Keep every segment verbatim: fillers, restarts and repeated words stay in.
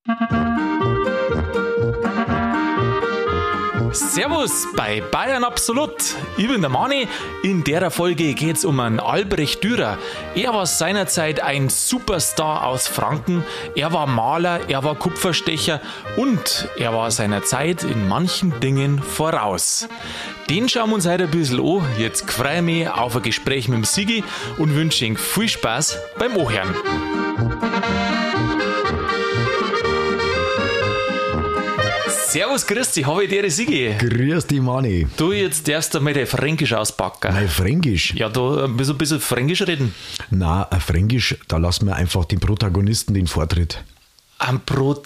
Servus bei Bayern Absolut. Ich bin der Mani. In der Folge geht es um einen Albrecht Dürer. Er war seinerzeit ein Superstar aus Franken. Er war Maler, er war Kupferstecher und er war seiner Zeit in manchen Dingen voraus. Den schauen wir uns heute ein bisschen an. Jetzt freue ich mich auf ein Gespräch mit dem Sigi und wünsche Ihnen viel Spaß beim Anhören. Servus, grüß dich, habe ich dir, Sigi. Grüß dich, Mani. Du, jetzt darfst du mal dein Fränkisch auspacken. Nein, Fränkisch? Ja, da ein bisschen, ein bisschen Fränkisch reden. Nein, ein Fränkisch, da lassen wir einfach den Protagonisten den Vortritt. Ein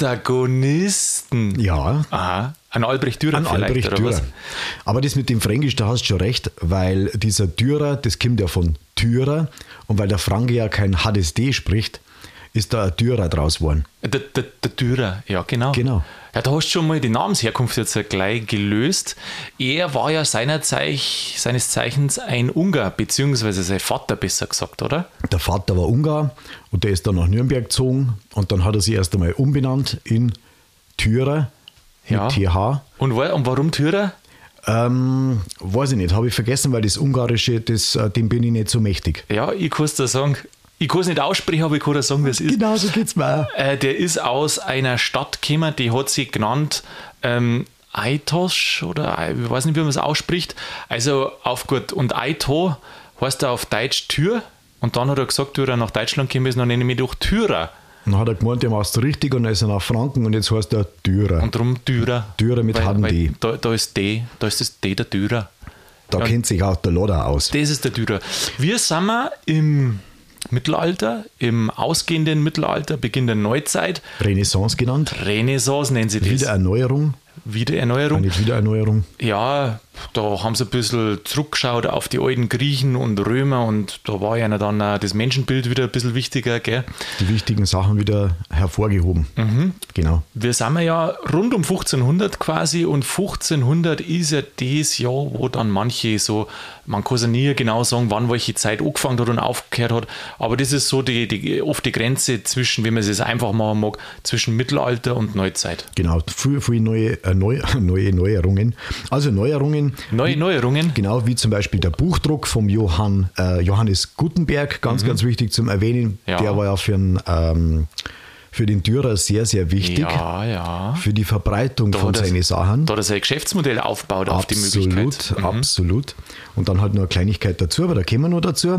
Protagonisten? Ja. Aha, ein Albrecht Dürer ein vielleicht, Albrecht oder Dürer. was? Aber das mit dem Fränkisch, da hast du schon recht, weil dieser Dürer, das kommt ja von Türer und weil der Franke ja kein H D S D spricht, ist da ein Dürer draus geworden. Der, der, der Dürer, ja genau. Genau. Ja, da hast du schon mal die Namensherkunft jetzt gleich gelöst. Er war ja seinerzeit, seines Zeichens ein Ungar, beziehungsweise sein Vater besser gesagt, oder? Der Vater war Ungar und der ist dann nach Nürnberg gezogen und dann hat er sich erst einmal umbenannt in Dürer mit Ja. T H. Und, wa- und warum Dürer? Ähm, weiß ich nicht, habe ich vergessen, weil das Ungarische, das, äh, dem bin ich nicht so mächtig. Ja, ich kann es dir sagen. Ich kann es nicht aussprechen, aber ich kann dir sagen, wie es ist. Genau so geht's mir auch. Äh, der ist aus einer Stadt gekommen, die hat sich genannt ähm, Aitosch oder ich weiß nicht, wie man es ausspricht. Also auf gut. Und Aito heißt er auf Deutsch Tür. Und dann hat er gesagt, wie er nach Deutschland gekommen ist, dann nenne ich mich doch Türer. Dann hat er gemeint, der macht es richtig und dann ist er nach Franken und jetzt heißt er Dürer. Und darum Dürer. Dürer mit Weil- H D. weil Da, da ist D, da ist das D der Dürer. Da Ja. kennt sich auch der Loder aus. Das ist der Dürer. Wir sind wir im Mittelalter, im ausgehenden Mittelalter, Beginn der Neuzeit. Renaissance genannt. Renaissance nennen sie das. Wiedererneuerung. Wiedererneuerung. Nicht Wiedererneuerung. Ja, da haben sie ein bisschen zurückgeschaut auf die alten Griechen und Römer und da war ja dann auch das Menschenbild wieder ein bisschen wichtiger, gell? Die wichtigen Sachen wieder hervorgehoben. Genau. Wir sind wir ja rund um fünfzehnhundert quasi und fünfzehnhundert ist ja das Jahr, wo dann manche so, man kann ja nie genau sagen, wann welche Zeit angefangen hat und aufgehört hat, aber das ist so die, die, oft die Grenze zwischen, wenn man es einfach machen mag, zwischen Mittelalter und Neuzeit. Genau. Viele, viele neue, äh, neu, neue Neuerungen. Also Neuerungen. Neue Neuerungen. Genau, wie zum Beispiel der Buchdruck vom Johann, äh, Johannes Gutenberg, ganz, ganz wichtig zum Erwähnen. Ja. Der war ja für den, ähm, für den Dürer sehr, sehr wichtig. Ja, ja. Für die Verbreitung Da von hat er- seinen Sachen. Da hat er sein Geschäftsmodell aufgebaut auf die Absolut, Möglichkeit. Mhm. absolut. Und dann halt noch eine Kleinigkeit dazu, aber da kommen wir noch dazu.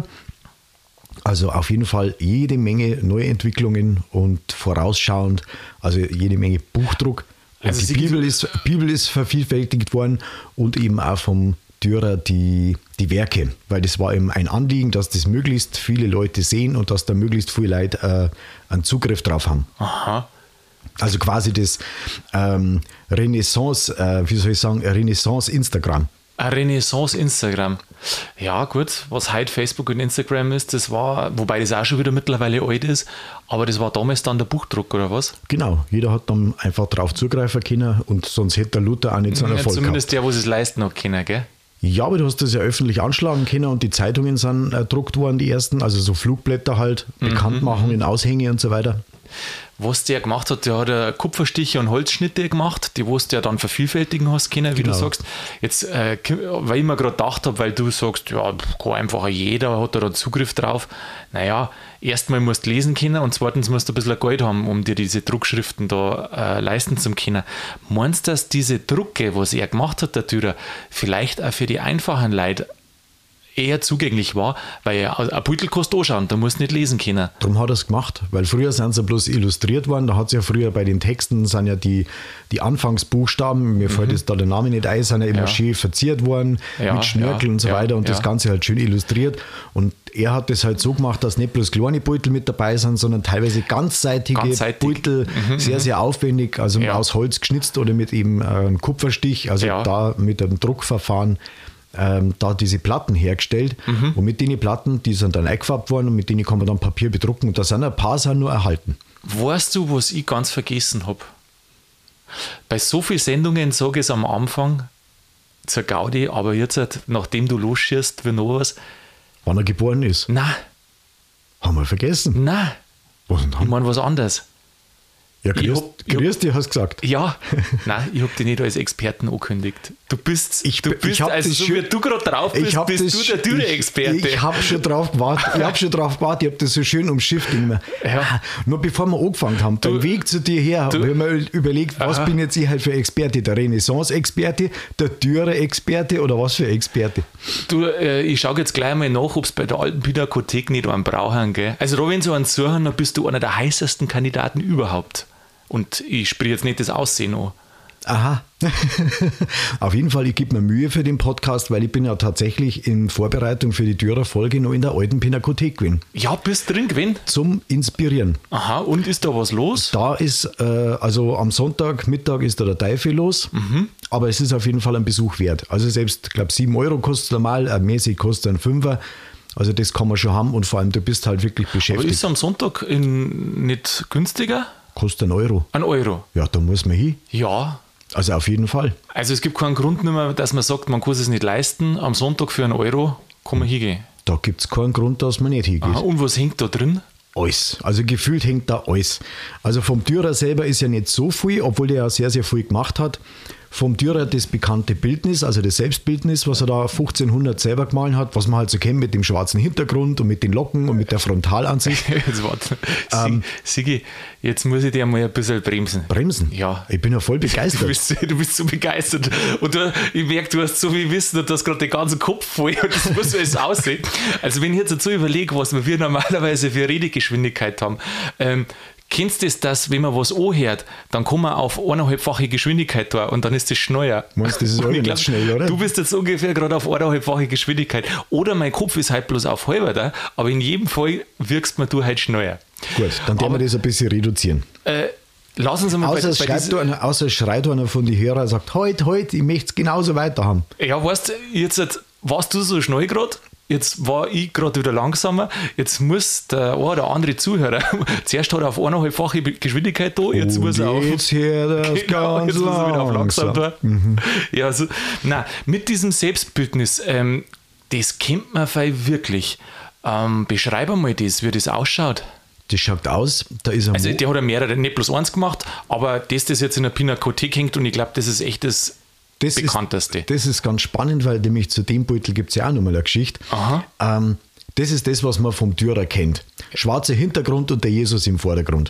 Also auf jeden Fall jede Menge Neuentwicklungen und vorausschauend, also jede Menge Buchdruck. Und Also die Sie- Bibel ist, Bibel ist vervielfältigt worden und eben auch vom Dürer die, die Werke, weil das war eben ein Anliegen, dass das möglichst viele Leute sehen und dass da möglichst viele Leute äh, einen Zugriff drauf haben. Aha. Also quasi das ähm, Renaissance, äh, wie soll ich sagen, Renaissance Instagram. Ein Renaissance Instagram. Ja, gut, was heute Facebook und Instagram ist, das war, wobei das auch schon wieder mittlerweile alt ist, aber das war damals dann der Buchdruck, oder was? Genau, jeder hat dann einfach drauf zugreifen können und sonst hätte der Luther auch nicht so einen Ja, Erfolg zumindest gehabt. der, wo es leisten hat können, gell? Ja, aber du hast das ja öffentlich anschlagen können und die Zeitungen sind äh, druckt worden, die ersten, also so Flugblätter halt, Mhm. Bekanntmachungen, Aushänge und so weiter. Was der gemacht hat, der hat ja Kupferstiche und Holzschnitte gemacht, die wo du ja dann vervielfältigen hast können, wie Genau. du sagst. Jetzt, äh, weil ich mir gerade gedacht habe, weil du sagst, ja, kann einfach jeder, hat da dann Zugriff drauf. Naja, erstmal musst du lesen können und zweitens musst du ein bisschen Geld haben, um dir diese Druckschriften da äh, leisten zu können. Meinst du, dass diese Drucke, was er gemacht hat, der Dürer, vielleicht auch für die einfachen Leute eher zugänglich war, weil er ein Beutel kostet anschauen, da musst du nicht lesen können. Darum hat er es gemacht, weil früher sind sie bloß illustriert worden, da hat es ja früher bei den Texten sind ja die, die Anfangsbuchstaben, mir fällt jetzt da der Name nicht ein, sind ja immer Ja. schön verziert worden, Ja, mit Schnörkel ja, und so ja, weiter und ja. das Ganze halt schön illustriert und er hat das halt so gemacht, dass nicht bloß kleine Beutel mit dabei sind, sondern teilweise ganzseitige Ganzseitig. Beutel, sehr, sehr aufwendig, also Ja. aus Holz geschnitzt oder mit eben äh, einem Kupferstich, also Ja. da mit einem Druckverfahren ähm, da diese Platten hergestellt und mit den Platten, die sind dann eingefärbt worden und mit denen kann man dann Papier bedrucken und da sind ein paar sind nur erhalten. Weißt du, was ich ganz vergessen habe? Bei so vielen Sendungen sage ich es am Anfang zur Gaudi, aber jetzt, nachdem du losschießt, wie noch was, Wann er geboren ist. nein, Haben wir vergessen. nein, Was denn ich haben? meine was anderes. Ja, grüß, Ich hab- grüß dich, hast du gesagt. Ja, nein, ich habe dich nicht als Experten angekündigt. Du bist, Ich du bin- bist ich hab also das so schön- wie du gerade drauf bist, hab bist das du der sch- Dürre-Experte. Ich, ich habe schon drauf gewartet. Ich habe schon drauf gewartet. Ich habe das so schön umschifft. Immer. Ja. Nur bevor wir angefangen haben, beim Weg zu dir her, du- habe ich mir überlegt, was Aha. bin jetzt ich halt für Experte? Der Renaissance-Experte, der Dürre-Experte oder was für Experte? Du, äh, ich schaue jetzt gleich mal nach, ob es bei der alten Pinakothek nicht einen brauchen, gell? Also da, wenn sie einen suchen, dann bist du einer der heißesten Kandidaten überhaupt. Und ich spreche jetzt nicht das Aussehen an. Aha. Auf jeden Fall, ich gebe mir Mühe für den Podcast, weil ich bin ja tatsächlich in Vorbereitung für die Dürer-Folge noch in der alten Pinakothek gewesen. Ja, bist drin gewesen? Zum Inspirieren. Aha, und ist da was los? Da ist, äh, also am Sonntag, Mittag ist da der Teufel los, Mhm. aber es ist auf jeden Fall ein Besuch wert. Also selbst, ich glaube, sieben Euro kostet es normal, äh, mäßig kostet es einen Fünfer. Also das kann man schon haben und vor allem, du bist halt wirklich Aber beschäftigt. ist am Sonntag in, nicht günstiger? Kostet einen Euro. Ein Euro. Ja, da muss man hin. Ja. Also auf jeden Fall. Also es gibt keinen Grund mehr, dass man sagt, man kann es nicht leisten. Am Sonntag für einen Euro kann man hingehen. Da gibt es keinen Grund, dass man nicht hingeht. Aha, und was hängt da drin? Alles. Also gefühlt hängt da alles. Also vom Dürer selber ist ja nicht so viel, obwohl der ja sehr, sehr viel gemacht hat. Vom Dürer das bekannte Bildnis, also das Selbstbildnis, was er da fünfzehnhundert selber gemalt hat, was man halt so kennt mit dem schwarzen Hintergrund und mit den Locken und mit der Frontalansicht. Jetzt warte. Ähm. Sigi, jetzt muss ich dir mal ein bisschen bremsen. Bremsen? Ja. Ich bin ja voll Du begeistert. bist, du bist so begeistert. Und du, ich merke, du hast so viel Wissen und du hast gerade den ganzen Kopf voll. Und das muss so jetzt aussehen. Also, wenn ich jetzt dazu überlege, was wir normalerweise für Redegeschwindigkeit haben, ähm, kennst du das, dass, wenn man was anhört, dann kommen wir auf eineinhalbfache Geschwindigkeit da und dann ist das schneller. Meinst du, das ist Und auch ich nicht schnell, oder? Du bist jetzt ungefähr gerade auf eineinhalbfache Geschwindigkeit. Oder mein Kopf ist halt bloß auf halber da, aber in jedem Fall wirkst mir du halt schneller. Gut, dann werden Aber- wir das ein bisschen reduzieren. Äh, lass uns einmal Außer es schreibt diesen- einer, außer es schreit einer von den Hörern und sagt, heute, heute, ich möchte es genauso weiter haben. Ja, weißt du, jetzt jetzt warst du so schnell gerade, jetzt war ich gerade wieder langsamer, jetzt muss der eine oder andere Zuhörer, zuerst hat er auf eineinhalbfache Geschwindigkeit da, jetzt Und muss er auf... jetzt hört das Genau, ganz jetzt muss er wieder auf langsam langsam. da. Ja, also, nein, mit diesem Selbstbildnis, ähm, das kennt man fein wirklich. Ähm, beschreib einmal das, wie das ausschaut. Das schaut aus, da ist ein Also, Mo- der hat ja mehrere, nicht bloß eins gemacht, aber das, das jetzt in der Pinakothek hängt und ich glaube, das ist echt das Das bekannteste. Ist, das ist ganz spannend, weil nämlich zu dem Beutel gibt es ja auch nochmal eine Geschichte. Aha. Ähm, das ist das, was man vom Dürer kennt. Schwarzer Hintergrund und der Jesus im Vordergrund.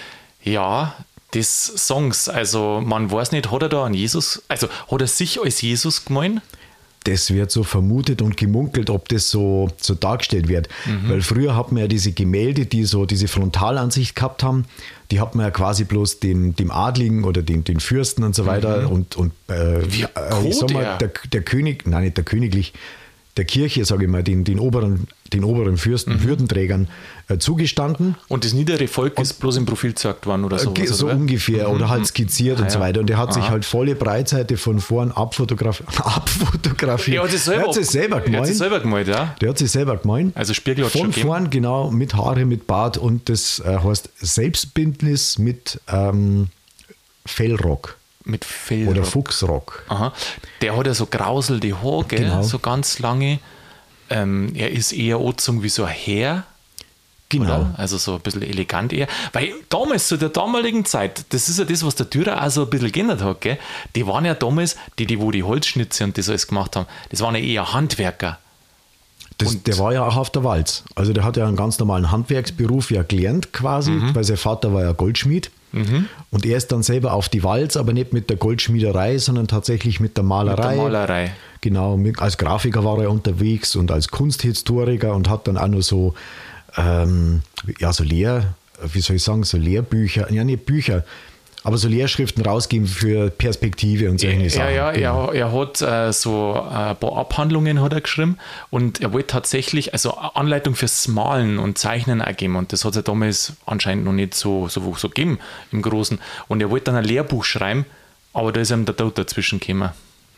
Ja, des Songs. Also man weiß nicht, hat er da an Jesus, also hat er sich als Jesus gemeint? Das wird so vermutet und gemunkelt, ob das so, so dargestellt wird. Weil früher hat man ja diese Gemälde, die so diese Frontalansicht gehabt haben, die hat man ja quasi bloß dem, dem Adligen oder dem, den Fürsten und so weiter und, und äh, Wie äh, ich sag gut mal, er. der, der König, nein, nicht der Königlich, der Kirche, sage ich mal, den, den oberen, den oberen Fürsten, Würdenträgern äh, zugestanden. Und das niedere Volk ist bloß im Profil gezeigt worden oder so. Ge- so ungefähr oder halt skizziert Ah, und so ja. weiter. Und er hat sich Aha. halt volle Breitseite von vorn abfotograf abfotografiert. Er hat sich selber, er hat sich selber er hat gemalt. sich selber gemalt, ja. Der hat sich selber gemalt. Also Spiegel hat Von schon gegeben. vorn, genau, mit Haare, mit Bart und das äh, heißt Selbstbildnis mit ähm, Fellrock Mit Fell. oder Fuchsrock. Aha. Der hat ja so grauselte Haare, gell? Genau. So ganz lange. Ähm, er ist eher angezogen wie so ein Herr. Genau. Oder? Also so ein bisschen elegant eher. Weil damals, zu der damaligen Zeit, das ist ja das, was der Dürer auch so ein bisschen geändert hat, gell? Die waren ja damals, die, die wo die Holzschnitze und das alles gemacht haben, das waren ja eher Handwerker. Das, Und- der war ja auch auf der Walz. Also der hat ja einen ganz normalen Handwerksberuf ja gelernt quasi, Mhm. weil sein Vater war ja Goldschmied. Und er ist dann selber auf die Walz, aber nicht mit der Goldschmiederei, sondern tatsächlich mit der Malerei. Mit der Malerei. Genau, mit, als Grafiker war er unterwegs und als Kunsthistoriker und hat dann auch noch so, ähm, ja, so Lehr, wie soll ich sagen, so Lehrbücher, ja, nicht Bücher, aber so Lehrschriften rausgeben für Perspektive und solche Ja, Sachen. ja, Genau. er, er hat äh, so ein paar Abhandlungen hat er geschrieben und er wollte tatsächlich, also eine Anleitung fürs Malen und Zeichnen auch geben und das hat es ja damals anscheinend noch nicht so, so, so gegeben im Großen und er wollte dann ein Lehrbuch schreiben, aber da ist ihm der Tod dazwischen gekommen.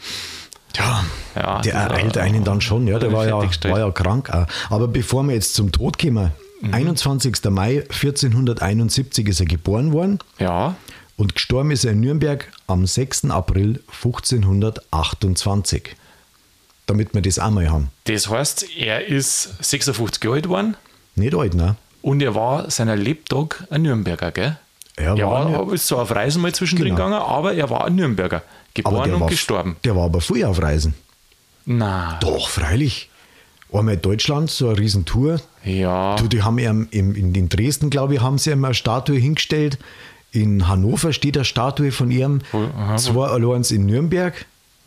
Ja, Ja, der das war- ereilt einen dann schon, ja, hat der er war ja, fertiggestellt. war ja krank auch. Aber bevor wir jetzt zum Tod kommen, Mhm. einundzwanzigster Mai vierzehnhunderteinundsiebzig ist er geboren worden Ja, und gestorben ist er in Nürnberg am sechsten April fünfzehnhundertachtundzwanzig. Damit wir das auch mal haben. das heißt, er ist sechsundfünfzig Jahre alt geworden Nicht alt, ne? und er war seiner Lebtag ein Nürnberger, gell? Ja, er war war, ist so auf Reisen mal zwischendrin Genau. gegangen, aber er war ein Nürnberger. aber Geboren der und war, gestorben. Der war aber früher auf Reisen. Na, Doch, freilich. Einmal in Deutschland, so eine Riesentour. ja. Du, die haben ihm im, in, in Dresden, glaube ich, haben sie ihm eine Statue hingestellt. In Hannover steht eine Statue von ihm. Wo- aha, wo- Zwei allein in Nürnberg.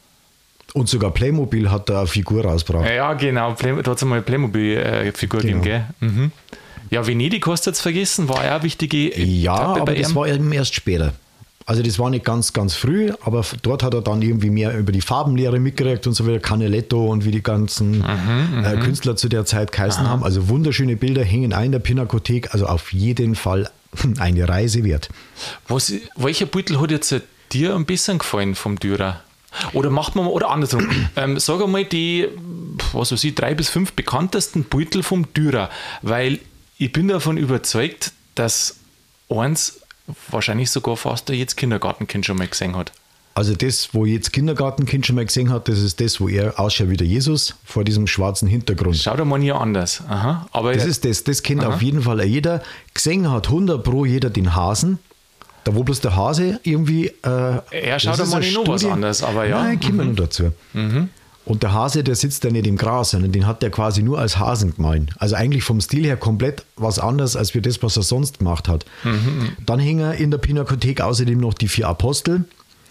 Und sogar Playmobil hat da eine Figur rausgebracht. Ja, genau. Play, da hat es einmal eine Playmobil-Figur Genau. gegeben, gell? Mhm. Ja, Venedig hast du jetzt vergessen, war ja eine wichtige Ja, Etappe aber bei das ihm. war eben erst später. Also das war nicht ganz, ganz früh, aber f- dort hat er dann irgendwie mehr über die Farbenlehre mitgekriegt und so wieder Canaletto und wie die ganzen Mhm, äh, Künstler zu der Zeit geheißen haben. Also wunderschöne Bilder hängen ein in der Pinakothek, also auf jeden Fall eine Reise wert. Was, welcher Beutel hat jetzt dir am besten gefallen vom Dürer? Oder macht man mal, oder andersrum, ähm, sag einmal die, was weiß ich, drei bis fünf bekanntesten Beutel vom Dürer, weil ich bin davon überzeugt, dass eins wahrscheinlich sogar fast der jetzt Kindergartenkind schon mal gesehen hat. Also das, wo jetzt Kindergartenkind schon mal gesehen hat, das ist das, wo er ausschaut wie der Jesus vor diesem schwarzen Hintergrund. Schaut einmal nie anders. Aha. Aber Das ist das, das kennt auf jeden Fall jeder. Gesehen hat hundert pro jeder den Hasen. Da wo bloß der Hase irgendwie... Äh, Er schaut das ist einmal eine noch was Studie. anderes, aber ja. Nein, kommen wir Mhm. noch dazu. Und der Hase, der sitzt da nicht im Gras, sondern den hat der quasi nur als Hasen gemalt. Also eigentlich vom Stil her komplett was anderes, als wir das, was er sonst gemacht hat. Mhm. Dann hängen in der Pinakothek außerdem noch die vier Apostel.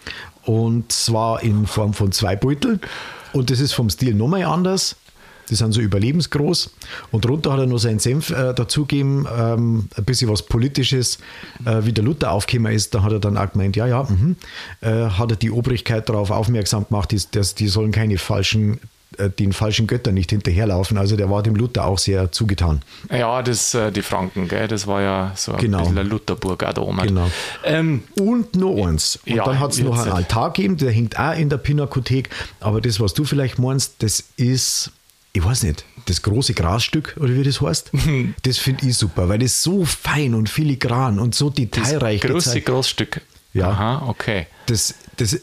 Und zwar in Form von zwei Beutel. Und das ist vom Stil nochmal anders. Die sind so überlebensgroß. Und drunter hat er noch seinen Senf äh, dazugegeben, ähm, ein bisschen was Politisches, äh, wie der Luther aufgekommen ist. Da hat er dann auch gemeint, ja, ja, mhm. äh, hat er die Obrigkeit darauf aufmerksam gemacht, dass, dass die sollen keine falschen, äh, den falschen Göttern nicht hinterherlaufen. Also der war dem Luther auch sehr zugetan. Ja, das, äh, die Franken, gell? Das war ja so ein Genau. bisschen eine Lutherburg auch da oben. Genau. Ähm, Und noch eins. Und Ja, dann hat es noch jetzt- einen Altar gegeben, der hängt auch in der Pinakothek. Aber das, was du vielleicht meinst, das ist, ich weiß nicht, das große Grasstück, oder wie das heißt, das finde ich super, weil das so fein und filigran und so detailreich große gezeigt. Großstück. Ja. Aha, okay. Das, das,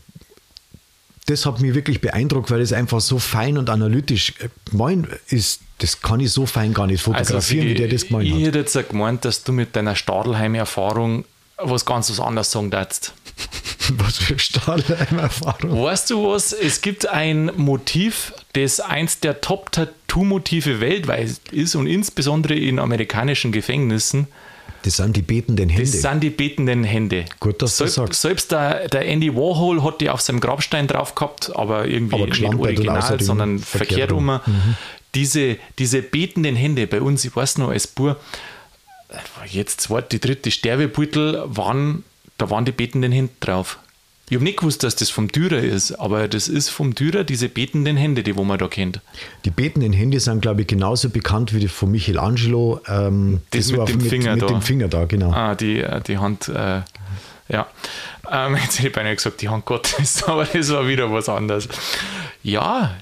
das hat mich wirklich beeindruckt, weil es einfach so fein und analytisch gemeint ist. Das kann ich so fein gar nicht fotografieren, Also, wie der das ich, gemeint ich hat. hätte jetzt auch gemeint, dass du mit deiner Stadelheim-Erfahrung was ganz was anderes sagen darfst. Was für Stahlheim-Erfahrung. Weißt du was? Es gibt ein Motiv, das eins der Top-Tattoo-Motive weltweit ist und insbesondere in amerikanischen Gefängnissen. Das sind die betenden Hände. Das sind die betenden Hände. Gut, dass du selbst, sagst. Selbst der, der Andy Warhol hat die auf seinem Grabstein drauf gehabt, aber irgendwie Aber nicht geschlampert und original, außerdem sondern verkehrt verkehrt rum. rum. Diese, diese betenden Hände bei uns, ich weiß noch, als Bub, jetzt zweit, die dritte Sterbebeutel, waren, da waren die betenden Hände drauf. Ich habe nicht gewusst, dass das vom Dürer ist, aber das ist vom Dürer, diese betenden Hände, die wo man da kennt. Die betenden Hände sind, glaube ich, genauso bekannt wie die von Michelangelo. Ähm, Das mit war dem Finger mit da. dem Finger da, genau. Ah, die, die Hand, äh, ja. Ähm, jetzt hätte ich beinahe gesagt, die Hand Gottes, aber das war wieder was anderes. Ja,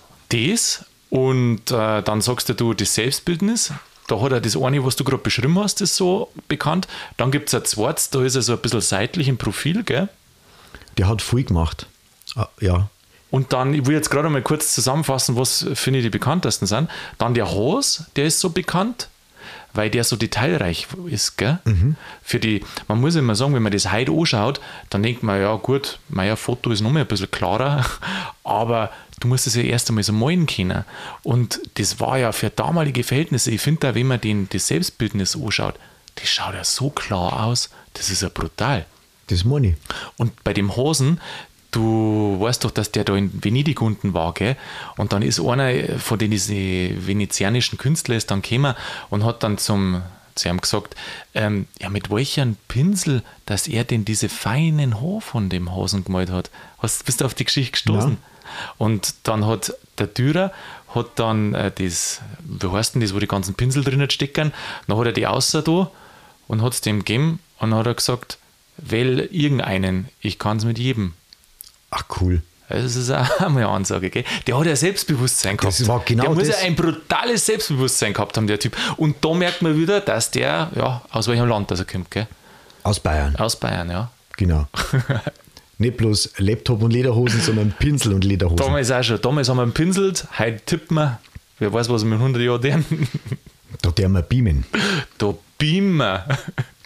das und äh, dann sagst du, das Selbstbildnis. Da hat er das eine, was du gerade beschrieben hast, ist so bekannt. Dann gibt es ein zweites, da ist er so ein bisschen seitlich im Profil, gell? Der hat viel gemacht. Ah, ja. Und dann, ich will jetzt gerade mal kurz zusammenfassen, was finde ich die bekanntesten sind. Dann der Haas, der ist so bekannt, weil der so detailreich ist, gell? Für die, man muss immer sagen, wenn man das heute anschaut, dann denkt man, ja gut, mein Foto ist noch mal ein bisschen klarer, aber du musst es ja erst einmal so malen können. Und das war ja für damalige Verhältnisse, ich finde da, wenn man den, das Selbstbildnis anschaut, das schaut ja so klar aus, das ist ja brutal. Das meine ich. Und bei dem Hasen, du weißt doch, dass der da in Venedig unten war, gell? Und dann ist einer von den diese venezianischen Künstlern ist dann gekommen und hat dann zum, zu ihm gesagt, ähm, ja, mit welchem Pinsel, dass er denn diese feinen Haare von dem Hasen gemalt hat. Hast, bist du auf die Geschichte gestoßen? Ja. Und dann hat der Dürer hat dann äh, das, wie heißt denn das, wo die ganzen Pinsel drinnen stecken, dann hat er die außer da und hat es dem gegeben und dann hat er gesagt, wähl irgendeinen, ich kann es mit jedem. Ach, cool. Das ist auch mal eine Ansage, gell? Der hat ja Selbstbewusstsein gehabt. Das war genau der muss das. ja ein brutales Selbstbewusstsein gehabt haben, der Typ. Und da merkt man wieder, dass der, ja, aus welchem Land das er kommt, gell? Aus Bayern. Aus Bayern, ja. Genau. Nicht bloß Laptop und Lederhosen, sondern Pinsel und Lederhosen. Damals auch schon. Damals haben wir pinselt, heute tippt man. Wer weiß, was wir in hundert Jahren werden. Da der wir beamen. Da beamen wir.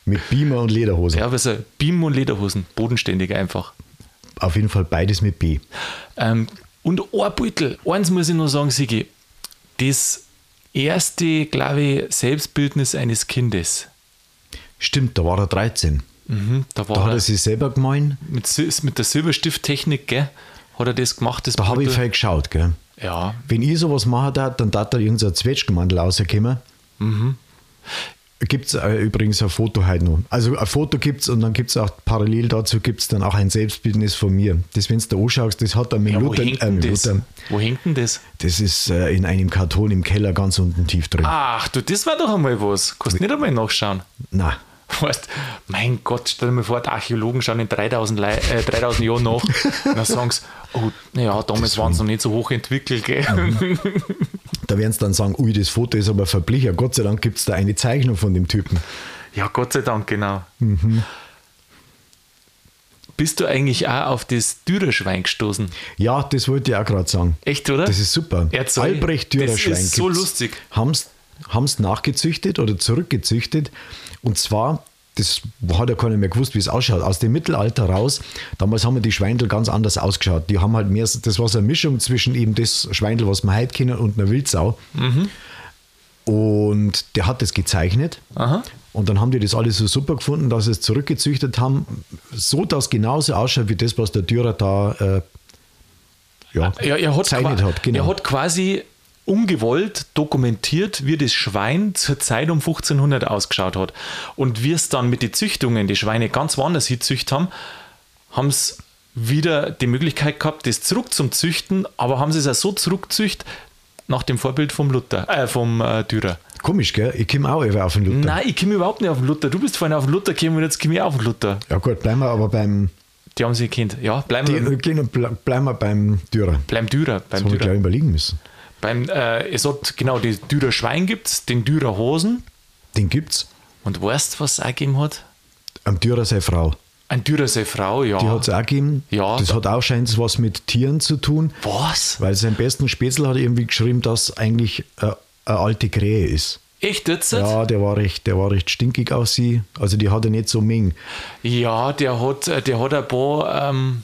Mit Beamer und Lederhose. Ja, also Beamer und Lederhosen, bodenständig einfach. Auf jeden Fall beides mit B. Ähm, und ein Beutel, eins muss ich noch sagen, Sigi, das erste, glaube ich, Selbstbildnis eines Kindes. Stimmt, da war er dreizehn. Mhm, da war Da er hat er sich selber gemeint. mit, Sil- mit der Silberstifttechnik, gell, hat er das gemacht. Das Da habe ich Beutel. viel geschaut, gell. Ja, Wenn ich sowas machen darf, dann darf da irgendein Zwetschgenmantel rauskommen. Mhm. Gibt es äh, übrigens ein Foto heute noch. Also ein Foto gibt es und dann gibt es auch parallel dazu gibt es dann auch ein Selbstbildnis von mir. Das, wenn du da anschaust, das hat er mit ja wo, Luther, hängt äh, denn mit das? Luther. wo hängt denn das? Das ist äh, in einem Karton im Keller ganz unten tief drin. Ach du, das war doch einmal was. Kannst nicht einmal nachschauen. Na, Weißt, mein Gott, stell dir mal vor, die Archäologen schauen in dreitausend, Lei- äh, dreitausend Jahren nach und dann sagen sie, oh, naja, damals waren sie noch nicht so hoch entwickelt. Gell? Mhm. da werden sie dann sagen, ui, das Foto ist aber verblichen. Gott sei Dank gibt es da eine Zeichnung von dem Typen. Ja, Gott sei Dank, genau. Mhm. Bist du eigentlich auch auf das Dürerschwein gestoßen? Ja, das wollte ich auch gerade sagen. Echt, oder? Das ist super. Erzähl. Albrecht Dürerschwein. Das ist so gibt's. lustig. Haben es nachgezüchtet oder zurückgezüchtet. Und zwar, das hat ja keiner mehr gewusst, wie es ausschaut. Aus dem Mittelalter raus, damals haben die Schweindel ganz anders ausgeschaut. Die haben halt mehr, das war so eine Mischung zwischen eben das Schweindel, was man heute kennen, und einer Wildsau. Mhm. Und der hat das gezeichnet. Aha. Und dann haben die das alles so super gefunden, dass sie es zurückgezüchtet haben, so dass genauso ausschaut wie das, was der Dürer da äh, ja, Ja, er hat, gezeichnet qua- hat. Genau. er hat quasi ungewollt dokumentiert, wie das Schwein zur Zeit um fünfzehnhundert ausgeschaut hat. Und wie es dann mit den Züchtungen, die Schweine ganz woanders hinzücht haben, haben sie wieder die Möglichkeit gehabt, das zurück zum Züchten, aber haben sie es auch so zurückzücht, nach dem Vorbild vom Luther, äh, vom äh, Dürer. Komisch, gell? Ich komme auch über auf den Luther. Nein, ich komme überhaupt nicht auf den Luther. Du bist vorhin auf den Luther gekommen und jetzt komme ich auch auf den Luther. Ja gut, bleiben wir aber beim, Die haben sie gekannt. Ja, bleiben wir die, gehen und ble- bleiben wir beim Dürer. beim Dürer. Das Beim haben wir Dürer. gleich überlegen müssen. Beim, äh, es hat genau die Dürer Schwein gibt den Dürer Hosen. Den gibt's. Und weißt du, was es auch gegeben hat? Am Dürer seine Frau. Ein Dürer seine Frau, ja. Die hat es auch gegeben. Ja, das da- hat auch scheint was mit Tieren zu tun. Was? Weil sein besten Spätzl hat irgendwie geschrieben, dass eigentlich äh, eine alte Krähe ist. Echt jetzt? Ja, der war recht, der war recht stinkig aus sie. Also die hat er nicht so mengen. Ja, der hat, äh, der hat ein paar. Ähm,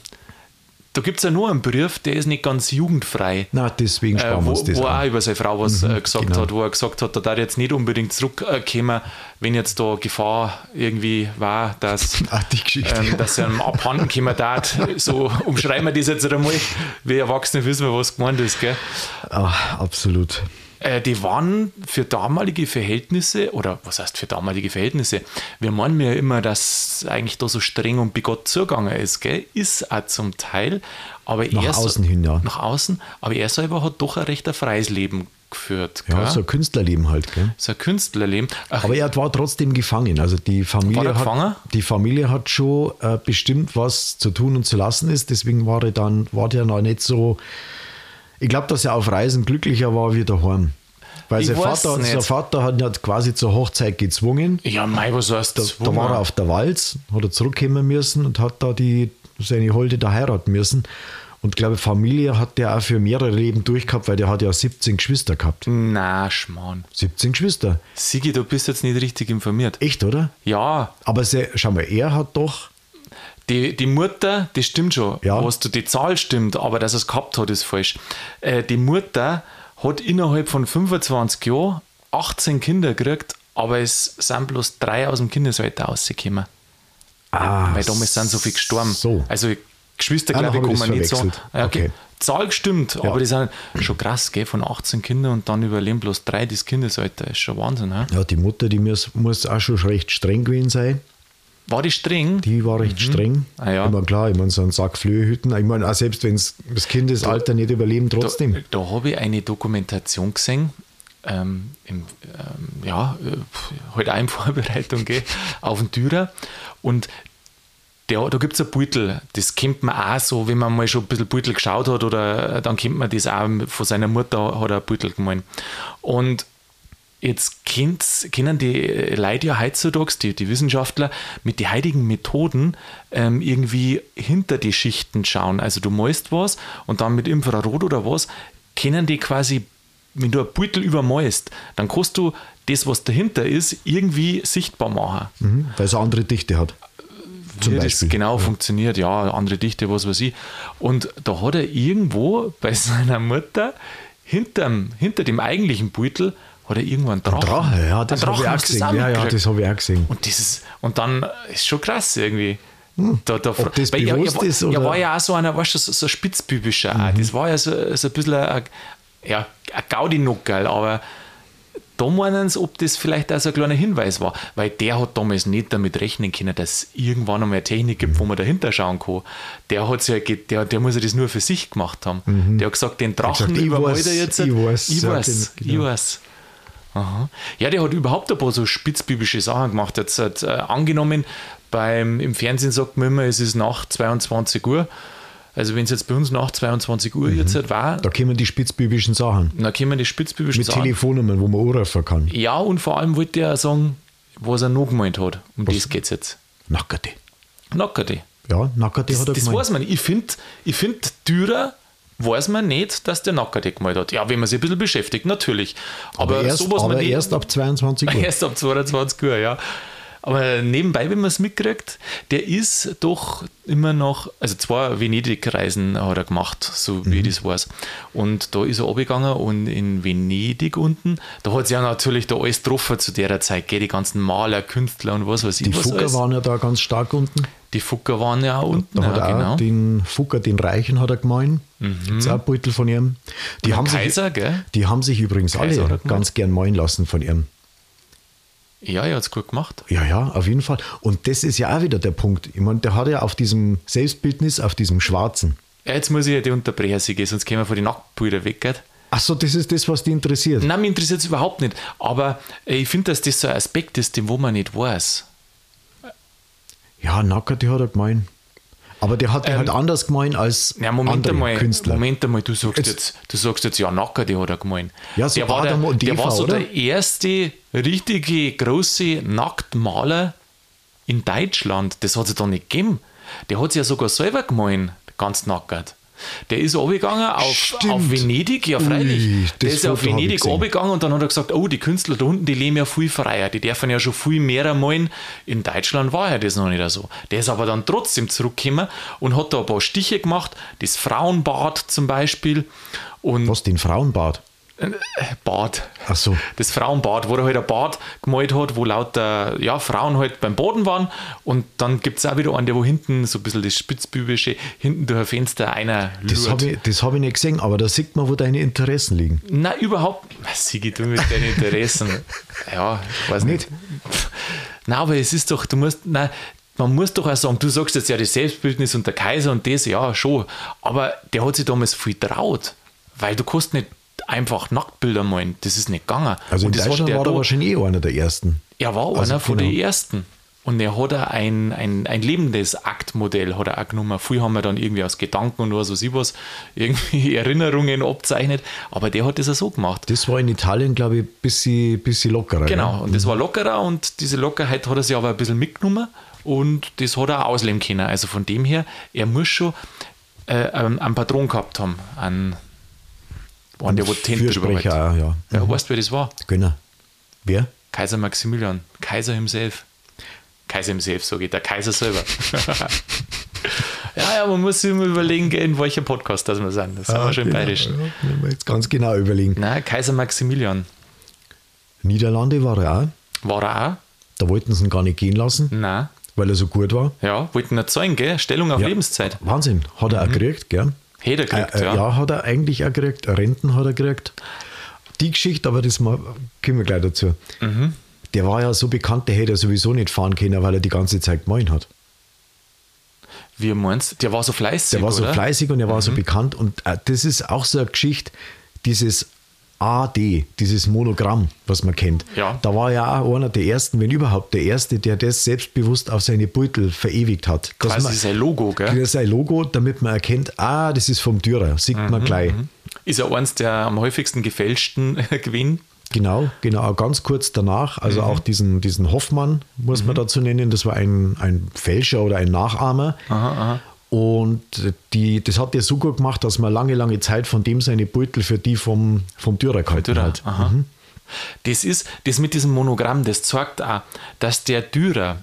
da gibt es ja nur einen Brief, der ist nicht ganz jugendfrei. Na, deswegen Äh, sparen wir wo, uns das wo er auch. auch über seine Frau was äh, gesagt genau. hat, wo er gesagt hat, da darf jetzt nicht unbedingt zurückkommen, wenn jetzt da Gefahr irgendwie war, dass, Ach, die Geschichte. ähm, dass er einem abhanden kommen darf. So umschreiben wir das jetzt einmal. Wir Erwachsene wissen wir, was gemeint ist. Gell? Ach, absolut. Äh, die waren für damalige Verhältnisse, oder was heißt für damalige Verhältnisse? Wir meinen ja immer, dass eigentlich da so streng und bigott zugegangen ist, gell? Ist auch zum Teil, aber Nach er außen hin, ja. Nach außen, aber er selber hat doch ein recht ein freies Leben geführt. Ja, gell? so ein Künstlerleben halt. Gell? So ein Künstlerleben. Ach, Aber er war trotzdem gefangen. Also die Familie, War er hat, gefangen? die Familie hat schon äh, bestimmt, was zu tun und zu lassen ist. Deswegen war er dann war der noch nicht so. Ich glaube, dass er auf Reisen glücklicher war wie daheim. Weil Ich sein weiß Vater, nicht. sein Vater hat ihn halt quasi zur Hochzeit gezwungen. ja, mei, was heißt Da, das? da war er auf der Walz, hat er zurückkommen müssen und hat da die, seine Holde da heiraten müssen. Und ich glaube, Familie hat der auch für mehrere Leben durchgehabt, weil der hat ja siebzehn Geschwister gehabt. Na, Schmarrn. siebzehn Geschwister. Sigi, du bist jetzt nicht richtig informiert. Echt, oder? Ja, Aber se, schau mal, er hat doch. Die, die Mutter, das stimmt schon. Ja. Was du, die Zahl stimmt, aber dass er es gehabt hat, ist falsch. Äh, die Mutter hat innerhalb von fünfundzwanzig Jahren achtzehn Kinder gekriegt, aber es sind bloß drei aus dem Kindesalter rausgekommen. Ah, Weil damals sind so viele gestorben. So. Also Geschwister, Ah, glaube ich, dann kann hab man ich's nicht sagen. verwechselt. Ja, okay. Okay. Zahl gestimmt, Ja. aber die sind schon krass, gell? Von achtzehn Kindern und dann überleben bloß drei das Kindesalter. Ist schon Wahnsinn. He? Ja, die Mutter, die muss, muss auch schon recht streng gewesen sein. War die streng? Die war recht streng. Ah, ja. Ich meine, klar, ich meine, so einen Sack Flöhehütten. Ich meine, auch selbst wenn es das Kindesalter nicht überleben, trotzdem. Da, da habe ich eine Dokumentation gesehen, ähm, im, ähm, ja, äh, halt auch in Vorbereitung gell, auf den Dürer. Und der, da gibt es ein Beutel, das kennt man auch so, wenn man mal schon ein bisschen Beutel geschaut hat, oder dann kennt man das auch von seiner Mutter, hat er ein Beutel gemalt. Und jetzt kennt's, kennen die Leute ja heutzutage, die, die Wissenschaftler, mit den heutigen Methoden ähm, irgendwie hinter die Schichten schauen. Also du malst was und dann mit Infrarot oder was, können die quasi, wenn du ein Beutel übermalst, dann kannst du das, was dahinter ist, irgendwie sichtbar machen. Mhm, weil es eine andere Dichte hat. Zum Wie das Beispiel. genau funktioniert, ja, andere Dichte, was weiß ich. Und da hat er irgendwo bei seiner Mutter hinterm, hinter dem eigentlichen Beutel hat er irgendwo einen Drachen. Drache, ja, das Einen habe ich auch hast du gesehen. auch Ja, ja, mitgekriegt. das habe ich auch gesehen. Und, dieses, und dann ist schon krass irgendwie. Da, da, Ob das weil er, bewusst er, war- ist, er oder? war ja auch so einer, weißt du, so, so ein Spitzbübischer. auch. Das war ja so, so ein bisschen ein, ja, ein Gaudi-Nuckerl, aber da meinen sie, ob das vielleicht auch so ein kleiner Hinweis war, weil der hat damals nicht damit rechnen können, dass es irgendwann einmal eine Technik gibt, wo man dahinter schauen kann. Der, hat's ja, ge- der, der muss ja das nur für sich gemacht haben. Der hat gesagt, den Drachen gesagt, ich übermalt weiß, er jetzt. ich weiß, ich sagt weiß, er, ich genau. weiß. Aha. Ja, der hat überhaupt ein paar so spitzbübische Sachen gemacht. Jetzt hat, äh, angenommen, beim, im Fernsehen sagt man immer, es ist nach zweiundzwanzig Uhr. Also wenn es jetzt bei uns nach zweiundzwanzig Uhr jetzt halt war, Da kommen die spitzbübischen Sachen. dann können wir die spitzbübischen Mit Sachen. Telefonnummern, wo man anrufen kann. Ja, und vor allem wollte er auch sagen, was er noch gemeint hat. Um das geht es jetzt. Nackerte. Nackerte. Ja, Nackerte hat er Das gemeint. weiß man. Ich finde, ich find, Dürer weiß man nicht, dass der Nackerte gemalt hat. Ja, wenn man sich ein bisschen beschäftigt, natürlich. Aber, aber erst, sowas aber man nicht, erst ab zweiundzwanzig Uhr. erst ab zweiundzwanzig Uhr, ja. Aber nebenbei, wenn man es mitkriegt, der ist doch immer noch, also zwei Venedig-Reisen hat er gemacht, so wie ich das weiß. Und da ist er runtergegangen und in Venedig unten, da hat es ja natürlich da alles getroffen zu der Zeit, gell, die ganzen Maler, Künstler und was weiß ich. Die was Fucker alles. waren ja da ganz stark unten. Die Fucker waren ja auch unten, Da hat ja, er genau. auch den Fucker, den Reichen, hat er gemeint. Mhm. Beutel von ihm. Die Der haben, Kaiser, sich, gell? die haben sich übrigens Kaiser hat er alle gemeint. ganz gern malen lassen von ihm. Ja, er hat es gut gemacht. Ja, ja, auf jeden Fall. Und das ist ja auch wieder der Punkt. Ich meine, der hat ja auf diesem Selbstbildnis, auf diesem Schwarzen. Ja, jetzt muss ich ja die unterbrechen, Sigi, sonst gehen wir von den Nacktbilder weg, gell? Ach so, das ist das, was dich interessiert. Nein, mich interessiert es überhaupt nicht. Aber äh, ich finde, dass das so ein Aspekt ist, den wo man nicht weiß. Ja, Nackerte hat er gemeint. Aber der hat Ähm, ja halt anders gemeint als Ja, Moment andere einmal, Künstler. Moment einmal, du sagst Jetzt- jetzt, du sagst jetzt, ja, Nacker, die hat er gemeint. Ja, so der war, der, Adam und der Eva, war so oder? der erste richtige große Nacktmaler in Deutschland. Das hat es da nicht gegeben. Der hat es ja sogar selber gemeint, ganz nackert. Der ist runtergegangen auf, Stimmt. auf Venedig, ja freilich. Ui, der das ist ja auf Foto hab ich Venedig gesehen. runtergegangen und dann hat er gesagt, oh, die Künstler da unten, die leben ja viel freier, die dürfen ja schon viel mehr malen. In Deutschland war ja das noch nicht so. Der ist aber dann trotzdem zurückgekommen und hat da ein paar Stiche gemacht, das Frauenbad zum Beispiel und Was, den Frauenbart? Bad. Ach so. Das Frauenbad, wo er halt ein Bad gemalt hat, wo lauter ja, Frauen halt beim Boden waren. Und dann gibt es auch wieder einen, der wo hinten so ein bisschen das Spitzbübische, hinten durch ein Fenster einer Das lurt. habe ich, das hab ich nicht gesehen, aber da sieht man, wo deine Interessen liegen. Nein, überhaupt. Sigi, du mit deinen Interessen. Ja, ich weiß nicht. Nein, aber es ist doch, du musst, nein, man muss doch auch sagen, du sagst jetzt ja das Selbstbildnis und der Kaiser und das, ja, schon. Aber der hat sich damals viel traut. Weil du kannst nicht einfach Nacktbilder malen. Das ist nicht gegangen. Also und in das hat Deutschland der war er da- wahrscheinlich eh einer der ersten. Er war Also einer von genau. den ersten. Und er hat auch ein, ein, ein lebendes Aktmodell hat er auch genommen. Viele haben wir dann irgendwie aus Gedanken und was weiß ich was, irgendwie Erinnerungen abzeichnet. Aber der hat das auch so gemacht. Das war in Italien, glaube ich, ein bisschen, bisschen lockerer. Genau, Ne? und das war lockerer und diese Lockerheit hat er sich aber ein bisschen mitgenommen und das hat er auch ausleben können. Also von dem her, er muss schon äh, einen, einen Patron gehabt haben, einen, einen der wo die Hände drüber hält. Fürsprecher auch, ja. Ja, weißt du, wer das war? Genau. Wer? Kaiser Maximilian, Kaiser himself. Kaiser himself, sage ich, der Kaiser selber. ja, ja, man muss sich immer überlegen, gell, in welcher Podcast das wir sind. Das sind wir schon im genau, Bayerischen. Ja, wenn wir jetzt ganz genau überlegen. Nein, Kaiser Maximilian. Niederlande war er auch. War er auch? Da wollten sie ihn gar nicht gehen lassen, Nein. weil er so gut war. Ja, wollten nicht zahlen, gell? Stellung auf Ja. Lebenszeit. Wahnsinn. Hat er auch gekriegt, gell? Hätte er gekriegt, Äh, äh, ja. ja, hat er eigentlich auch gekriegt. Renten hat er gekriegt. Die Geschichte, aber das mal, kommen wir gleich dazu. Mhm. Der war ja so bekannt, der hätte er sowieso nicht fahren können, weil er die ganze Zeit gemalt hat. Wie meinst du? Der war so fleißig, Der war so oder? fleißig und er war so bekannt. Und äh, das ist auch so eine Geschichte, dieses A D, dieses Monogramm, was man kennt. Ja. Da war ja auch einer der ersten, wenn überhaupt der erste, der das selbstbewusst auf seine Beutel verewigt hat. Dass Quasi man, sein Logo, gell? sein Logo, damit man erkennt, ah, das ist vom Dürer, sieht man gleich. Ist ja eins der am häufigsten gefälschten Gewinn. Genau, genau, auch ganz kurz danach, also Mhm. auch diesen, diesen Hoffmann, muss man dazu nennen, das war ein, ein Fälscher oder ein Nachahmer. Aha, aha. Und die, das hat der so gut gemacht, dass man lange, lange Zeit von dem seine Beutel für die vom, vom Dürer gehalten Dürer, hat. aha. Mhm. Das ist, das mit diesem Monogramm, das zeigt auch, dass der Dürer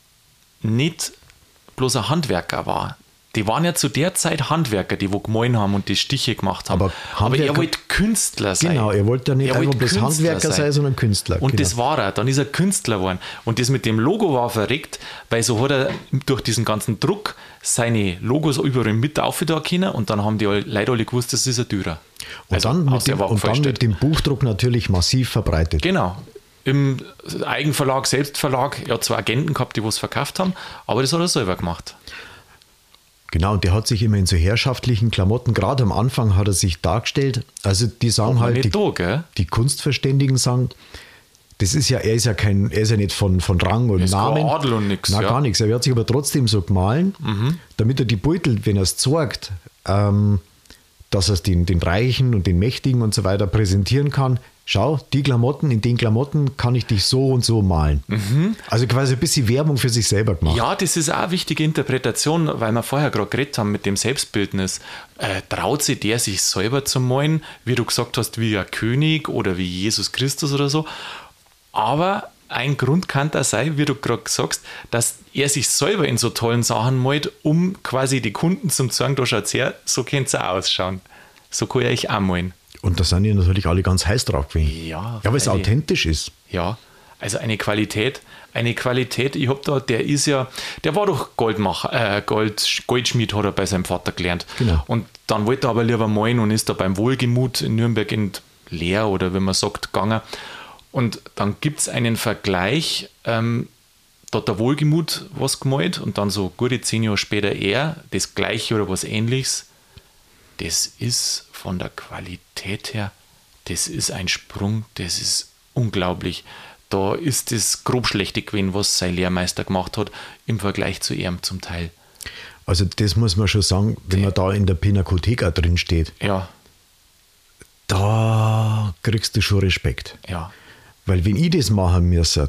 nicht bloß ein Handwerker war. Die waren ja zu der Zeit Handwerker, die wo gemahlen haben und die Stiche gemacht haben. Aber, Aber er wollte Künstler sein. Genau, er wollte ja nicht er einfach bloß Künstler Handwerker sein, sondern Künstler. Und genau. das war er. Dann ist er Künstler geworden. Und das mit dem Logo war verrückt, weil so hat er durch diesen ganzen Druck seine Logos überall mit aufgetan können und dann haben die Leute alle gewusst, das ist ein Dürer. Und, also, dann, mit dem, und dann mit dem Buchdruck natürlich massiv verbreitet. Genau. Im Eigenverlag, Selbstverlag, er hat zwar Agenten gehabt, die was verkauft haben, aber das hat er selber gemacht. Genau, und der hat sich immer in so herrschaftlichen Klamotten, gerade am Anfang hat er sich dargestellt, also die sagen halt, die, da, die Kunstverständigen sagen, das ist ja, er ist ja kein, er ist ja nicht von, von Rang und ist Namen. Kein Adel und nichts. Nein, ja. gar nichts. Er hat sich aber trotzdem so gemahlen, mhm. damit er die Beutel, wenn er es zeigt, ähm, dass er es den, den Reichen und den Mächtigen und so weiter präsentieren kann. Schau, die Klamotten, in den Klamotten kann ich dich so und so malen. Mhm. Also quasi ein bisschen Werbung für sich selber gemacht. Ja, das ist auch eine wichtige Interpretation, weil wir vorher gerade geredet haben mit dem Selbstbildnis. Äh, traut sich der, sich selber zu malen, wie du gesagt hast, wie ein König oder wie Jesus Christus oder so. Aber ein Grund kann da sein, wie du gerade sagst, dass er sich selber in so tollen Sachen malt, um quasi die Kunden zum sagen, da schaut's her, so könnte es auch ausschauen. So kann ich auch malen. Und da sind ja natürlich alle ganz heiß drauf gewesen. Ja, ja, weil es authentisch ist. Ja, also eine Qualität, eine Qualität, ich hab da, der ist ja, der war doch Goldmacher, äh, Gold, Goldschmied hat er bei seinem Vater gelernt. Genau. Und dann wollte er aber lieber malen und ist da beim Wohlgemut in Nürnberg in Lehr oder wie man sagt, gegangen. Und dann gibt es einen Vergleich, ähm, da hat der Wohlgemut was gemalt und dann so gute zehn Jahre später er, das Gleiche oder was Ähnliches. Das ist von der Qualität her, das ist ein Sprung, das ist unglaublich. Da ist das grob schlechte gewesen, was sein Lehrmeister gemacht hat, im Vergleich zu ihm zum Teil. Also das muss man schon sagen, wenn Die, man da in der Pinakothek auch drin steht, ja. Da kriegst du schon Respekt. Ja. Weil wenn ich das machen müsste,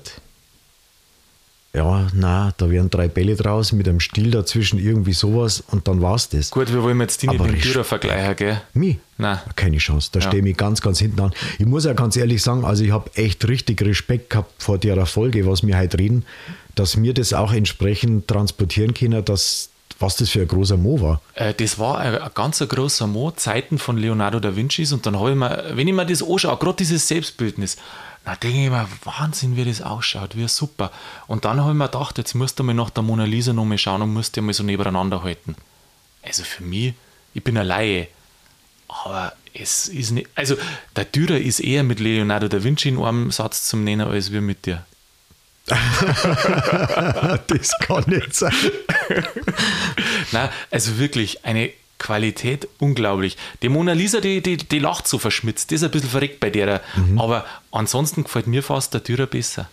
ja, na, da wären drei Bälle draus mit einem Stiel dazwischen, irgendwie sowas und dann war's das. Gut, wir wollen jetzt die nicht Aber mit dem Respekt. Dürer vergleichen, gell? Mich? Nein. Keine Chance. Da Ja. stehe ich mich ganz, ganz hinten an. Ich muss ja ganz ehrlich sagen, also ich habe echt richtig Respekt gehabt vor der Folge, was wir heute reden, dass wir das auch entsprechend transportieren können, dass, was das für ein großer Mo war. Äh, das war ein, ein ganz ein großer Mo, Zeiten von Leonardo da Vincis und dann habe ich mir, wenn ich mir das anschaue, gerade dieses Selbstbildnis, dann denke ich mir, Wahnsinn, wie das ausschaut, wie super. Und dann habe ich mir gedacht, jetzt musst du mal nach der Mona Lisa noch mal schauen und musst die mal so nebeneinander halten. Also für mich, ich bin eine Laie, aber es ist nicht, also der Dürer ist eher mit Leonardo da Vinci in einem Satz zum Nennen, als wir mit dir. Das kann nicht sein. Nein, also wirklich eine Qualität unglaublich. Die Mona Lisa, die, die, die lacht so verschmitzt, das ist ein bisschen verreckt bei der. Mhm. Aber ansonsten gefällt mir fast der Dürer besser.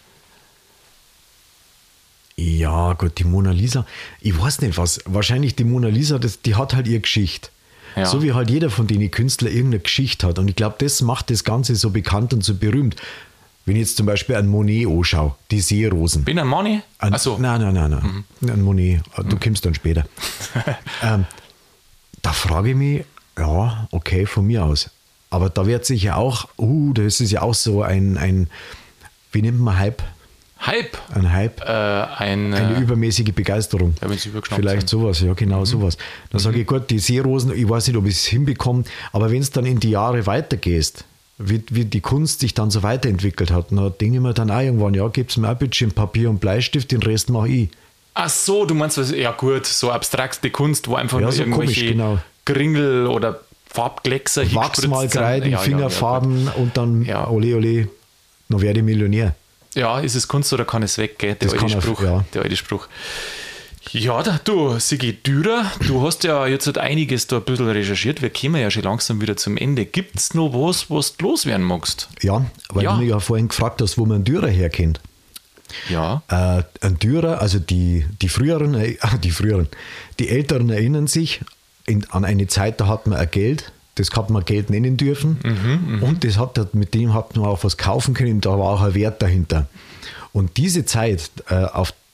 Ja, gut, die Mona Lisa, ich weiß nicht was, wahrscheinlich die Mona Lisa, das, die hat halt ihre Geschichte. Ja. So wie halt jeder von den Künstlern irgendeine Geschichte hat. Und ich glaube, das macht das Ganze so bekannt und so berühmt. Wenn ich jetzt zum Beispiel an Monet anschaue, die Seerosen. Bin ein Monet? An, Ach so. Nein, nein, nein, nein. Mhm. An Monet, du mhm. kommst dann später. ähm, da frage ich mich, ja, okay, von mir aus. Aber da wird sich ja auch, uh, das ist ja auch so ein, ein wie nennt man Hype? Hype? Ein Hype? Äh, ein, eine äh, übermäßige Begeisterung. Ja, Vielleicht sind. sowas, ja genau, mhm. sowas. Dann mhm. sage ich, gut, die Seerosen, ich weiß nicht, ob ich es hinbekomme, aber wenn es dann in die Jahre weitergehst, wie, wie die Kunst sich dann so weiterentwickelt hat, dann denke ich mir dann auch irgendwann, ja, gib's mir ein bisschen Papier und Bleistift, den Rest mache ich. Ach so, du meinst, was, ja gut, so abstrakte Kunst, wo einfach ja, nur so irgendwelche komisch, genau. Gringel oder Farbkleckser Wachsmalkreiden, ja, Fingerfarben ja, ja, und dann, ja. ole ole, noch werde ich Millionär. Ja, ist es Kunst oder kann es weg, gell? Der das alte kann Spruch. Auf, ja. Der alte Spruch. Ja, da, du, Sigi Dürer, du hast ja jetzt halt einiges da ein bisschen recherchiert. Wir kommen ja schon langsam wieder zum Ende. Gibt es noch was, was du loswerden magst? Ja, weil ja. du mich ja vorhin gefragt hast, wo man einen Dürer herkennt. Ja. Äh, ein Dürer, also die, die früheren, äh, die früheren, die Älteren erinnern sich in, an eine Zeit, da hat man ein Geld, das hat man Geld nennen dürfen mhm, und das hat, mit dem hat man auch was kaufen können, da war auch ein Wert dahinter. Und diese Zeit, äh, auf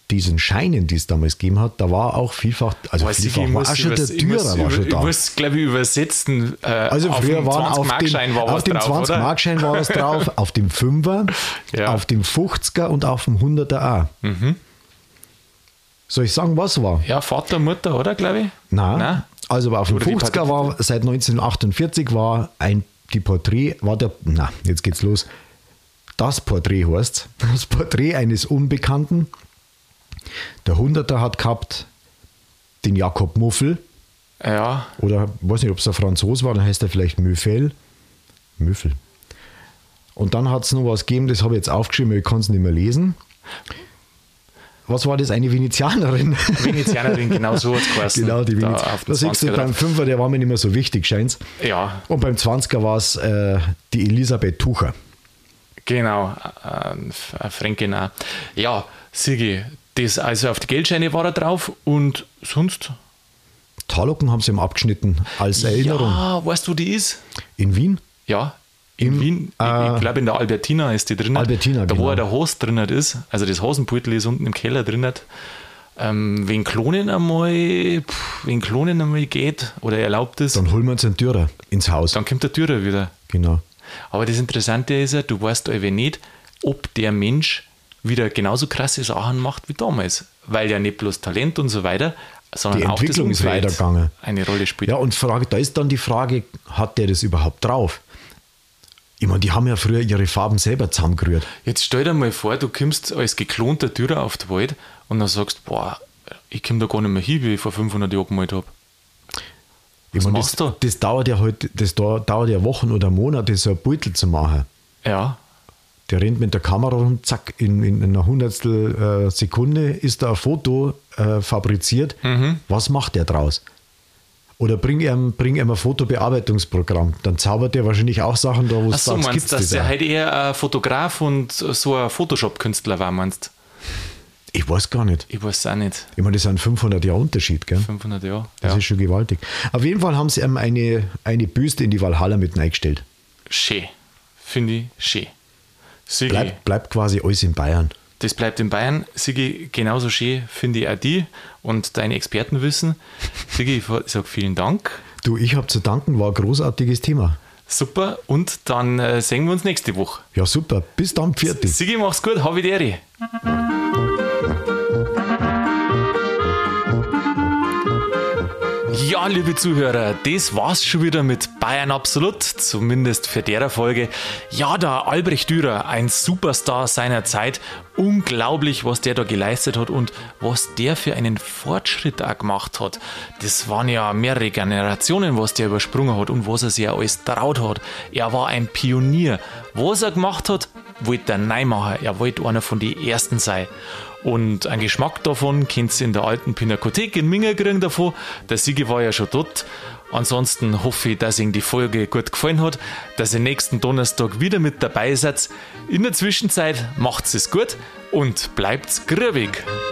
diesen Scheinen, die es damals gegeben hat, da war auch vielfach, also Weiß vielfach ich, war muss auch schon übers- der ich muss Dürer war schon über- da. Ich muss, glaube ich, übersetzen. Äh, Also auf früher dem waren auf dem, zwanzig-Markschein war auf was dem drauf, oder? zwanzig-Markschein war was drauf, auf dem Fünfer, Ja. auf dem fünfziger und auf dem hunderter auch. Mhm. Soll ich sagen, was war? Ja, Vater, Mutter, oder, glaube ich? Nein. Nein? Also aber auf dem Oder die fünfziger Partei- war seit neunzehnhundertachtundvierzig war ein die Porträt, war der, na, jetzt geht's los. Das Porträt heißt, das Porträt eines Unbekannten. Der hunderter hat gehabt den Jakob Muffel, Ja, oder weiß nicht, ob es ein Franzos war, dann heißt er vielleicht Müffel. Müffel. Und dann hat es noch was gegeben, das habe ich jetzt aufgeschrieben, aber ich kann es nicht mehr lesen. Was war das? Eine Venezianerin? Venezianerin, genau so hat es geheißen. Genau, die Da Venezianerin. auf dem Da siehst du, zwanziger beim Fünfer, der war mir nicht mehr so wichtig, scheint's. Ja, Und beim zwanziger war es äh, die Elisabeth Tucher. genau. Äh, äh, Fränkin auch. Ja, Sigi, das, also auf die Geldscheine war er drauf und sonst? Talocken haben sie ihm abgeschnitten als Erinnerung. Ja, weißt du, wo die ist? In Wien? Ja, in Im, Wien. Ich, äh, ich glaube, in der Albertina ist die drin. Albertina, Da, wo genau. ja der Host drin ist. Also das Hosenbeutel ist unten im Keller drin. Ähm, wenn Klonen einmal, pff, wenn Klonen einmal geht oder erlaubt ist, Dann holen wir uns einen Türer ins Haus. dann kommt der Türer wieder. Genau. Aber das Interessante ist ja, du weißt einfach nicht, ob der Mensch wieder genauso krasse Sachen macht wie damals. Weil ja nicht bloß Talent und so weiter, sondern Die auch Entwicklung das ist Umfeld weitergegangen. eine Rolle spielt. Ja, und Frage, da ist dann die Frage, hat der das überhaupt drauf? Ich meine, die haben ja früher ihre Farben selber zusammengerührt. Jetzt stell dir mal vor, du kommst als geklonter Türer auf die Wald und dann sagst, boah, ich komme da gar nicht mehr hin, wie ich vor fünfhundert Jahren gemalt habe. Ich Was meine, machst das, du? das dauert ja halt, das dau- dauert ja Wochen oder Monate, so ein Beutel zu machen. Ja, Der rennt mit der Kamera rum, zack, in, in einer Hundertstel äh, Sekunde ist da ein Foto äh, fabriziert. Mhm. Was macht der draus? Oder bring ihm, bring ihm ein Fotobearbeitungsprogramm. Dann zaubert der wahrscheinlich auch Sachen da, wo ach es so, sagt, meinst gibt's du, dass das der auch? halt eher ein Fotograf und so ein Photoshop-Künstler war, meinst Ich weiß gar nicht. Ich weiß es auch nicht. Ich meine, das sind fünfhundert Jahre Unterschied, gell? fünfhundert Jahre. Das Ja. ist schon gewaltig. Auf jeden Fall haben sie ihm eine, eine Büste in die Valhalla mit eingestellt. Schön. Finde ich schön. Sigi, Bleibt, bleibt quasi alles in Bayern. das bleibt in Bayern. Sigi, genauso schön finde ich auch die und dein Expertenwissen. Sigi, ich sage vielen Dank. Du, ich habe zu danken, war ein großartiges Thema. Super, und dann äh, sehen wir uns nächste Woche. Ja, super. Bis dann, Pfiat. Sigi, mach's gut, hab ich die Ehre. Ja, liebe Zuhörer, das war's schon wieder mit Bayern Absolut, zumindest für derer Folge. Ja, der Albrecht Dürer, ein Superstar seiner Zeit. Unglaublich, was der da geleistet hat und was der für einen Fortschritt auch gemacht hat. Das waren ja mehrere Generationen, was der übersprungen hat und was er sich auch alles traut hat. Er war ein Pionier. Was er gemacht hat, wollte er neu machen. Er wollte einer von den Ersten sein. Und einen Geschmack davon könnt ihr in der alten Pinakothek in Minga kriegen davon. Der Sigi war ja schon dort. Ansonsten hoffe ich, dass Ihnen die Folge gut gefallen hat, dass ihr nächsten Donnerstag wieder mit dabei seid. In der Zwischenzeit macht's es gut und bleibt's grübig.